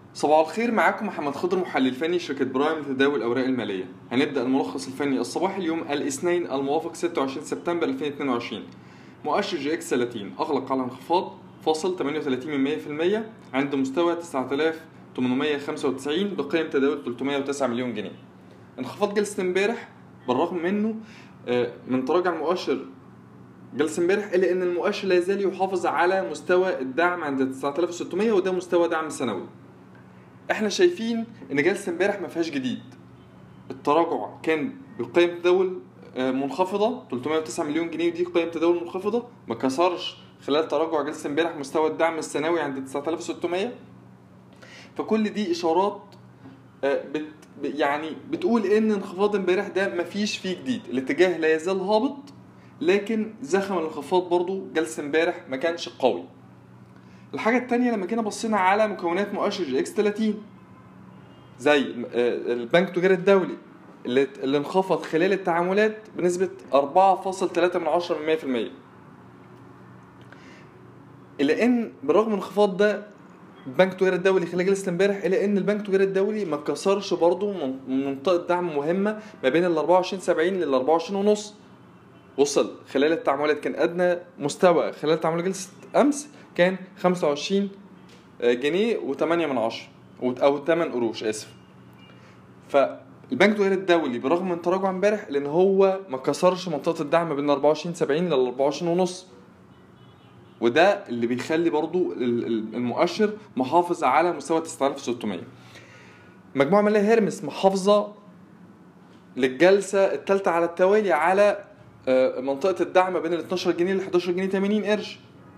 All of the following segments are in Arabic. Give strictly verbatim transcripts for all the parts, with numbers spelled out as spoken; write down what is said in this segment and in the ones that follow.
صباح الخير، معاكم محمد خضر، محلل فني شركة برايم لتداول الأوراق المالية. هنبدأ الملخص الفني الصباحي اليوم الاثنين الموافق ستة وعشرين سبتمبر ألفين واثنين وعشرين. مؤشر جي اكس ثلاثين أغلق على انخفاض فاصل ثمانية وثلاثين بالمية عند مستوى تسعة آلاف وثمانمائة وخمسة وتسعين بقيم تداول ثلاثمائة وتسعة مليون جنيه. انخفاض جلسة امبارح بالرغم منه من تراجع المؤشر جلسة امبارح، إلا أن المؤشر لا يزال يحافظ على مستوى الدعم عند تسعة آلاف وستمائة، وده مستوى دعم سنوي. احنا شايفين ان جلسه امبارح ما فيهاش جديد. التراجع كان بقيم تداول منخفضه ثلاثمائة وتسعة مليون جنيه، ودي قيم تداول منخفضه، ما كسرش خلال تراجع جلسه امبارح مستوى الدعم السنوي عند تسعة آلاف وستمائة. فكل دي اشارات بت يعني بتقول ان انخفاض امبارح ده ما فيش فيه جديد، الاتجاه لا يزال هابط، لكن زخم الانخفاض برضو جلسه امبارح ما كانش قوي. الحاجة التانية لما كنا بصينا على مكونات مؤشر جي اكس ثلاثين زي البنك التجاري الدولي اللي, اللي انخفض خلال التعاملات بنسبة أربعة فاصل ثلاثة بالمية، إلا إن بالرغم من انخفاض ده البنك التجاري الدولي خلال جلسة امبارح، إلا إن البنك التجاري الدولي ما كسرش برضو منطقة دعم مهمة ما بين ال أربعة وعشرين سبعين لل أربعة وعشرين ونص. وصل خلال التعاملات كان أدنى مستوى خلال تعامل جلسة أمس كان خمسة وعشرين جنيه وثمانية من عشرة او ثمانية قروش اسف. فالبنك التجاري الدولي برغم من تراجع امبارح لان هو ما كسرش منطقه الدعم بين أربعة وعشرين سبعين لل أربعة وعشرين ونص، وده اللي بيخلي برضو المؤشر محافظ على مستوى تسعة آلاف وستمائة. مجموعه ماليه هيرمس محافظه للجلسه الثالثه على التوالي على منطقه الدعم بين ال اثناشر جنيه ل حداشر جنيه ثمانين قرش.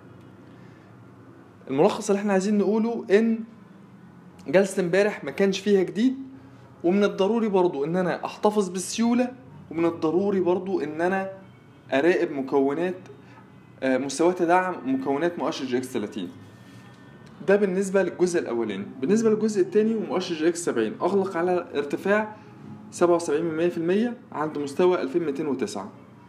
الملخص اللي احنا عايزين نقوله ان جلسة امبارح ما كانش فيها جديد، ومن الضروري برضو ان انا احتفظ بالسيولة، ومن الضروري برضو ان انا اراقب مكونات مستويات دعم مكونات مؤشر جي اكس ثلاثين. ده بالنسبة للجزء الاولاني. بالنسبة للجزء الثاني ومؤشر جي اكس سبعين اغلق على ارتفاع سبعة وسبعين بالمية عند مستوى ألفين ومئتين وتسعة.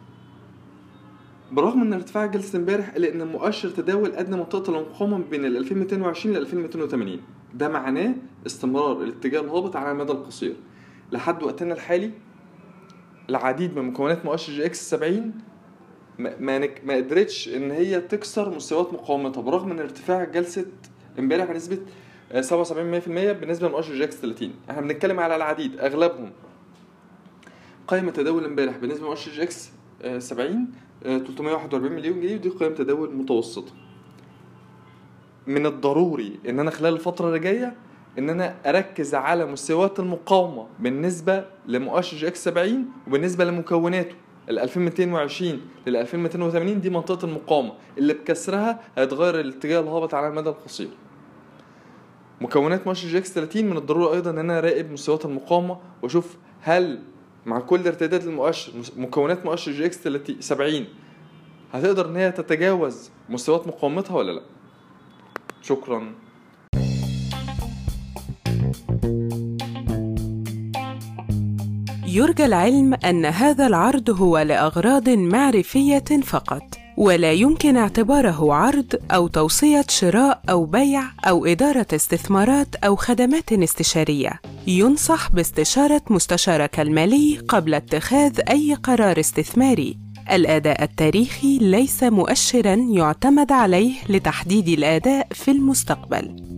برغم من ارتفاع جلسة امبارح الا ان المؤشر تداول ادنى منطقة المقاومة بين ال ألفين ومئتين وعشرين ل ألفين ومئتين وثمانين. ده معناه استمرار الاتجاه الهابط على المدى القصير. لحد وقتنا الحالي العديد من مكونات مؤشر جي اكس سبعين ما ما قدرتش ان هي تكسر مستويات مقاومتها برغم من ارتفاع جلسة امبارح بنسبة سبعة وسبعين بالمية بالنسبة لمؤشر جي اكس ثلاثين. احنا بنتكلم على العديد اغلبهم قيمة تداول امبارح بالنسبة لمؤشر جي اكس سبعين ثلاثمائة وواحد وأربعين مليون جنيه، ودي قيمة تداول متوسطة. من الضروري ان انا خلال الفترة اللي جاية ان انا اركز على مستويات المقاومة بالنسبة لمؤشر جي اكس سبعين وبالنسبة لمكوناته ال ألفين ومئتين وعشرين لل ألفين ومئتين وثمانين. دي منطقة المقاومة اللي بكسرها هيتغير الاتجاه الهابط على المدى القصير. مكونات مؤشر جي اكس ثلاثين من الضروري ايضا ان انا اراقب مستويات المقاومة واشوف هل مع كل ارتداد للمؤشر مكونات مؤشر جي اكس سبعين هتقدر ان هي تتجاوز مستويات مقاومتها ولا لا. شكرا. يرجى العلم أن هذا العرض هو لأغراض معرفية فقط، ولا يمكن اعتباره عرض أو توصية شراء أو بيع أو إدارة استثمارات أو خدمات استشارية. ينصح باستشارة مستشارك المالي قبل اتخاذ أي قرار استثماري. الأداء التاريخي ليس مؤشراً يعتمد عليه لتحديد الأداء في المستقبل.